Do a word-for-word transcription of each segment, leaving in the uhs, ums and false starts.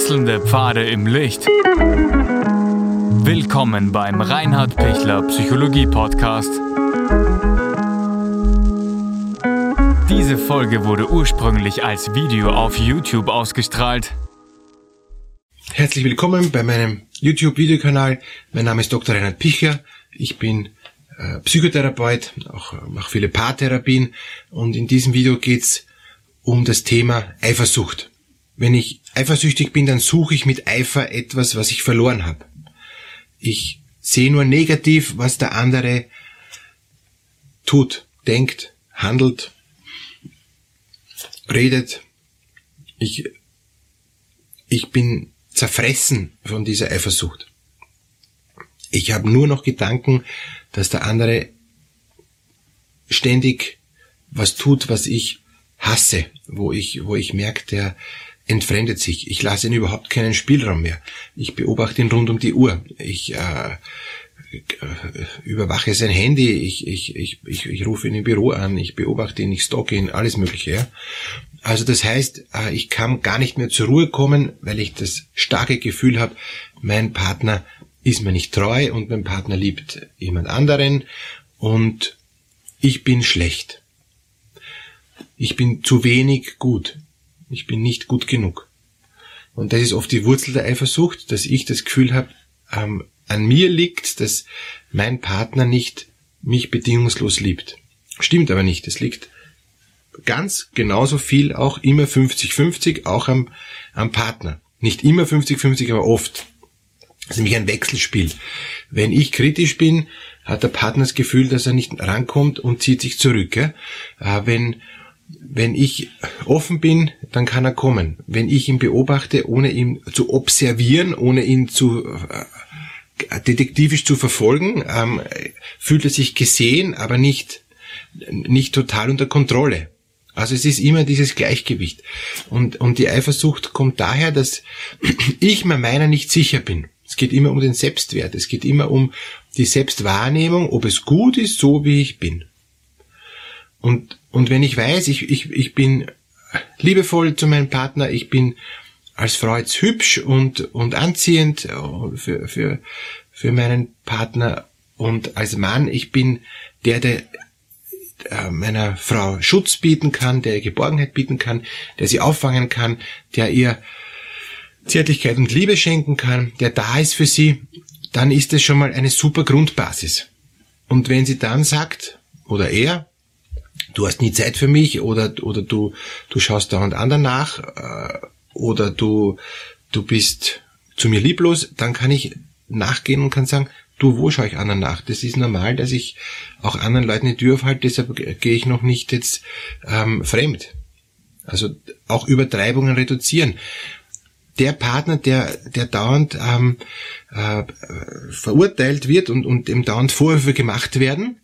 Wechselnde Pfade im Licht. Willkommen beim Reinhard Pichler Psychologie Podcast. Diese Folge wurde ursprünglich als Video auf YouTube ausgestrahlt. Herzlich willkommen bei meinem YouTube-Videokanal. Mein Name ist Doktor Reinhard Pichler. Ich bin äh, Psychotherapeut, auch mache viele Paartherapien, und in diesem Video geht's um das Thema Eifersucht. Wenn ich eifersüchtig bin, dann suche ich mit Eifer etwas, was ich verloren habe. Ich sehe nur negativ, was der andere tut, denkt, handelt, redet. Ich, ich bin zerfressen von dieser Eifersucht. Ich habe nur noch Gedanken, dass der andere ständig was tut, was ich hasse, wo ich, wo ich merke, der entfremdet sich. Ich lasse ihn überhaupt keinen Spielraum mehr. Ich beobachte ihn rund um die Uhr. Ich äh, überwache sein Handy. Ich, ich, ich, ich, ich rufe ihn im Büro an. Ich beobachte ihn, ich stalke ihn, alles Mögliche. Ja. Also das heißt, äh, ich kann gar nicht mehr zur Ruhe kommen, weil ich das starke Gefühl habe, mein Partner ist mir nicht treu und mein Partner liebt jemand anderen und ich bin schlecht. Ich bin zu wenig gut. Ich bin nicht gut genug. Und das ist oft die Wurzel der Eifersucht, dass ich das Gefühl habe, ähm, an mir liegt, dass mein Partner nicht mich bedingungslos liebt. Stimmt aber nicht. Es liegt ganz genauso viel auch immer fünfzig fünfzig, auch am, am Partner. Nicht immer fünfzig fünfzig, aber oft. Das ist nämlich ein Wechselspiel. Wenn ich kritisch bin, hat der Partner das Gefühl, dass er nicht rankommt und zieht sich zurück. Ja? Äh, wenn Wenn ich offen bin, dann kann er kommen. Wenn ich ihn beobachte, ohne ihn zu observieren, ohne ihn zu äh, detektivisch zu verfolgen, ähm, fühlt er sich gesehen, aber nicht nicht total unter Kontrolle. Also es ist immer dieses Gleichgewicht. Und und die Eifersucht kommt daher, dass ich mir meiner nicht sicher bin. Es geht immer um den Selbstwert. Es geht immer um die Selbstwahrnehmung, ob es gut ist, so wie ich bin. Und, und wenn ich weiß, ich, ich, ich bin liebevoll zu meinem Partner, ich bin als Frau jetzt hübsch und, und anziehend für, für, für meinen Partner, und als Mann, ich bin der, der meiner Frau Schutz bieten kann, der ihr Geborgenheit bieten kann, der sie auffangen kann, der ihr Zärtlichkeit und Liebe schenken kann, der da ist für sie, dann ist das schon mal eine super Grundbasis. Und wenn sie dann sagt, oder er, du hast nie Zeit für mich, oder oder du du schaust dauernd anderen nach, äh, oder du du bist zu mir lieblos, dann kann ich nachgehen und kann sagen, du, wo schaue ich anderen nach? Das ist normal, dass ich auch anderen Leuten die Tür aufhalte, deshalb gehe ich noch nicht jetzt ähm, fremd. Also auch Übertreibungen reduzieren. Der Partner, der der dauernd ähm, äh, verurteilt wird und und dem dauernd Vorwürfe gemacht werden,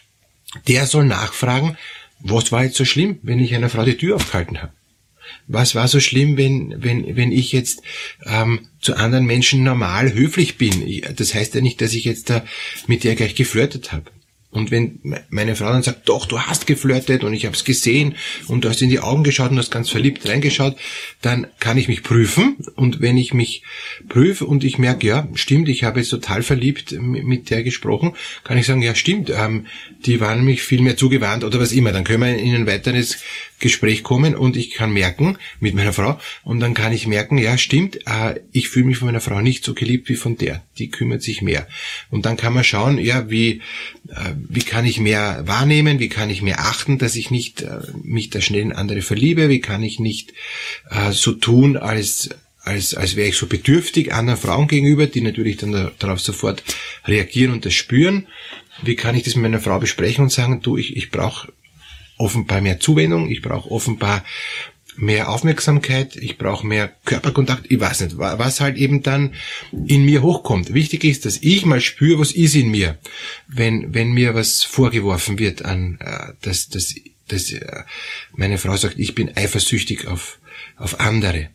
der soll nachfragen, was war jetzt so schlimm, wenn ich einer Frau die Tür aufgehalten habe? Was war so schlimm, wenn wenn wenn ich jetzt ähm, zu anderen Menschen normal höflich bin? Ich, das heißt ja nicht, dass ich jetzt da mit der gleich geflirtet habe. Und wenn meine Frau dann sagt, doch, du hast geflirtet und ich habe es gesehen und du hast in die Augen geschaut und hast ganz verliebt reingeschaut, dann kann ich mich prüfen. Und wenn ich mich prüfe und ich merke, ja, stimmt, ich habe jetzt total verliebt mit der gesprochen, kann ich sagen, ja, stimmt, ähm, die waren mich viel mehr zugewandt oder was immer. Dann können wir in ein weiteres Gespräch kommen und ich kann merken, mit meiner Frau, und dann kann ich merken, ja, stimmt, äh, ich fühle mich von meiner Frau nicht so geliebt wie von der. Die kümmert sich mehr. Und dann kann man schauen, ja, wie äh, wie kann ich mehr wahrnehmen, wie kann ich mehr achten, dass ich nicht äh, mich da schnell in andere verliebe, wie kann ich nicht äh, so tun, als als als wäre ich so bedürftig anderen Frauen gegenüber, die natürlich dann da, darauf sofort reagieren und das spüren. Wie kann ich das mit meiner Frau besprechen und sagen, du, ich ich brauche offenbar mehr Zuwendung, ich brauche offenbar mehr Aufmerksamkeit, ich brauche mehr Körperkontakt, ich weiß nicht, was halt eben dann in mir hochkommt. Wichtig ist, dass ich mal spüre, was ist in mir, wenn wenn mir was vorgeworfen wird, an äh, dass dass dass äh, meine Frau sagt, ich bin eifersüchtig auf auf andere.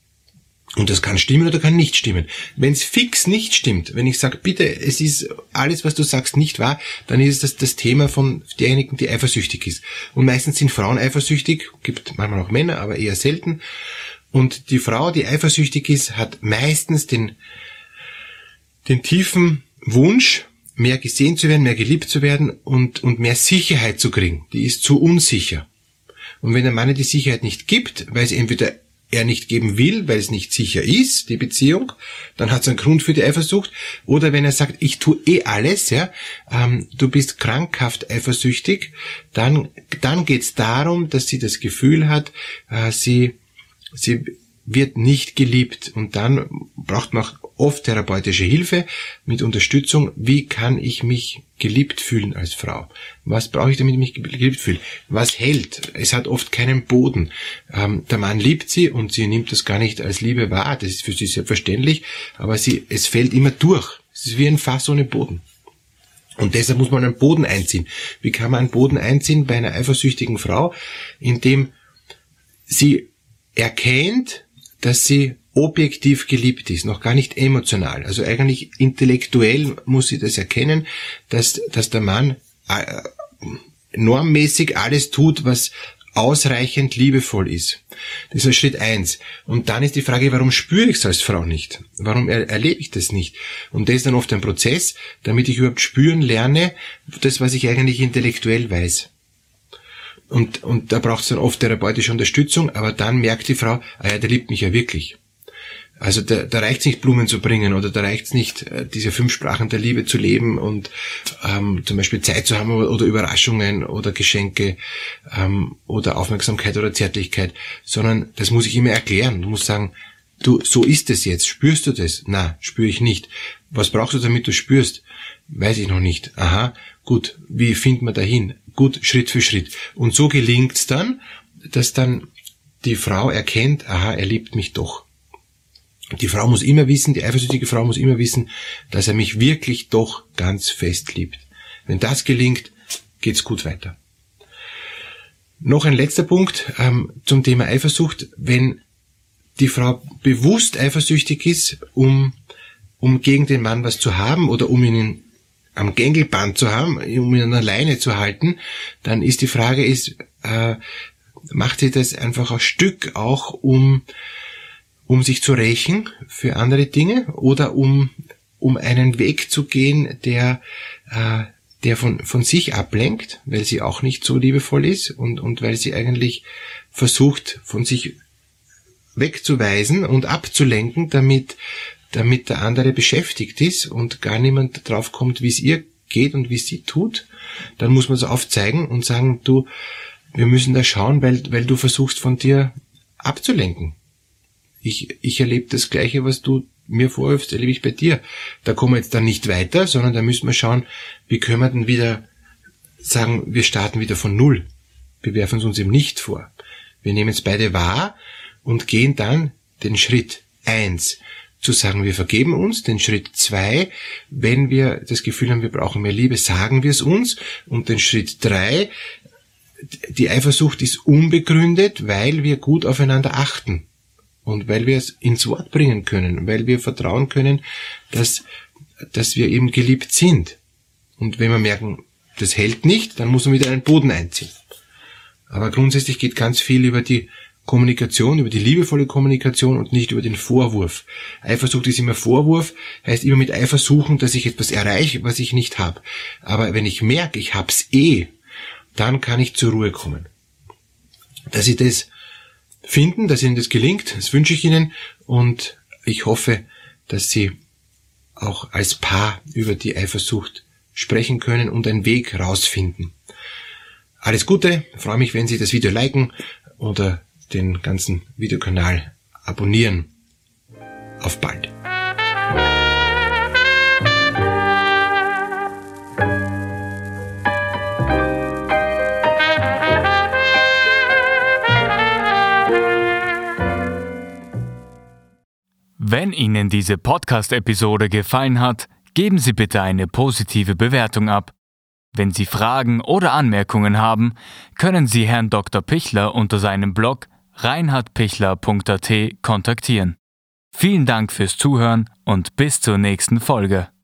Und das kann stimmen oder kann nicht stimmen. Wenn es fix nicht stimmt, wenn ich sage, bitte, es ist alles, was du sagst, nicht wahr, dann ist das das Thema von derjenigen, die eifersüchtig ist. Und meistens sind Frauen eifersüchtig, gibt manchmal auch Männer, aber eher selten. Und die Frau, die eifersüchtig ist, hat meistens den, den tiefen Wunsch, mehr gesehen zu werden, mehr geliebt zu werden und, und mehr Sicherheit zu kriegen. Die ist zu unsicher. Und wenn der Mann die Sicherheit nicht gibt, weil es entweder er nicht geben will, weil es nicht sicher ist, die Beziehung, dann hat es einen Grund für die Eifersucht. Oder wenn er sagt, ich tue eh alles, ja, ähm, du bist krankhaft eifersüchtig, dann, dann geht es darum, dass sie das Gefühl hat, äh, sie, sie wird nicht geliebt. Und dann braucht man auch oft therapeutische Hilfe mit Unterstützung. Wie kann ich mich geliebt fühlen als Frau? Was brauche ich, damit ich mich geliebt fühle? Was hält? Es hat oft keinen Boden. Ähm, der Mann liebt sie und sie nimmt das gar nicht als Liebe wahr. Das ist für sie selbstverständlich, aber sie, es fällt immer durch. Es ist wie ein Fass ohne Boden. Und deshalb muss man einen Boden einziehen. Wie kann man einen Boden einziehen bei einer eifersüchtigen Frau? Indem sie erkennt, dass sie objektiv geliebt ist, noch gar nicht emotional. Also eigentlich intellektuell muss sie das erkennen, dass, dass der Mann äh, normmäßig alles tut, was ausreichend liebevoll ist. Das ist Schritt eins. Und dann ist die Frage, warum spüre ich es als Frau nicht? Warum er, erlebe ich das nicht? Und das ist dann oft ein Prozess, damit ich überhaupt spüren lerne, das, was ich eigentlich intellektuell weiß. Und, und da braucht es dann oft therapeutische Unterstützung, aber dann merkt die Frau, ah ja, der liebt mich ja wirklich. Also da, da reicht es nicht, Blumen zu bringen oder da reicht es nicht, diese fünf Sprachen der Liebe zu leben und ähm, zum Beispiel Zeit zu haben oder, oder Überraschungen oder Geschenke ähm, oder Aufmerksamkeit oder Zärtlichkeit, sondern das muss ich immer erklären. Du musst sagen, du, so ist es jetzt. Spürst du das? Na, spüre ich nicht. Was brauchst du, damit du spürst? Weiß ich noch nicht. Aha, gut. Wie findet man dahin? Gut, Schritt für Schritt. Und so gelingt's dann, dass dann die Frau erkennt, aha, er liebt mich doch. Die Frau muss immer wissen, die eifersüchtige Frau muss immer wissen, dass er mich wirklich doch ganz fest liebt. Wenn das gelingt, geht's gut weiter. Noch ein letzter Punkt ähm, zum Thema Eifersucht. Wenn die Frau bewusst eifersüchtig ist, um, um gegen den Mann was zu haben oder um ihn am Gängelband zu haben, um ihn an der Leine zu halten, dann ist die Frage, ist, äh, macht sie das einfach ein Stück auch, um um sich zu rächen für andere Dinge oder um um einen Weg zu gehen, der äh, der von von sich ablenkt, weil sie auch nicht so liebevoll ist und und weil sie eigentlich versucht, von sich wegzuweisen und abzulenken, damit damit der andere beschäftigt ist und gar niemand drauf kommt, wie es ihr geht und wie es sie tut. Dann muss man es aufzeigen und sagen, du, wir müssen da schauen, weil weil du versuchst, von dir abzulenken. Ich, ich erlebe das Gleiche, was du mir vorwirfst, erlebe ich bei dir. Da kommen wir jetzt dann nicht weiter, sondern da müssen wir schauen, wie können wir denn wieder sagen, wir starten wieder von Null. Wir werfen es uns eben nicht vor. Wir nehmen es beide wahr und gehen dann den Schritt eins, zu sagen, wir vergeben uns, den Schritt zwei, wenn wir das Gefühl haben, wir brauchen mehr Liebe, sagen wir es uns, und den Schritt drei, die Eifersucht ist unbegründet, weil wir gut aufeinander achten. Und weil wir es ins Wort bringen können, weil wir vertrauen können, dass, dass wir eben geliebt sind. Und wenn wir merken, das hält nicht, dann muss man wieder einen Boden einziehen. Aber grundsätzlich geht ganz viel über die Kommunikation, über die liebevolle Kommunikation und nicht über den Vorwurf. Eifersucht ist immer Vorwurf, heißt immer mit Eifer suchen, dass ich etwas erreiche, was ich nicht habe. Aber wenn ich merke, ich hab's eh, dann kann ich zur Ruhe kommen. Dass Sie das finden, dass Ihnen das gelingt, das wünsche ich Ihnen, und ich hoffe, dass Sie auch als Paar über die Eifersucht sprechen können und einen Weg rausfinden. Alles Gute, ich freue mich, wenn Sie das Video liken oder den ganzen Videokanal abonnieren. Auf bald. Wenn Ihnen diese Podcast-Episode gefallen hat, geben Sie bitte eine positive Bewertung ab. Wenn Sie Fragen oder Anmerkungen haben, können Sie Herrn Doktor Pichler unter seinem Blog reinhard pichler punkt a t kontaktieren. Vielen Dank fürs Zuhören und bis zur nächsten Folge.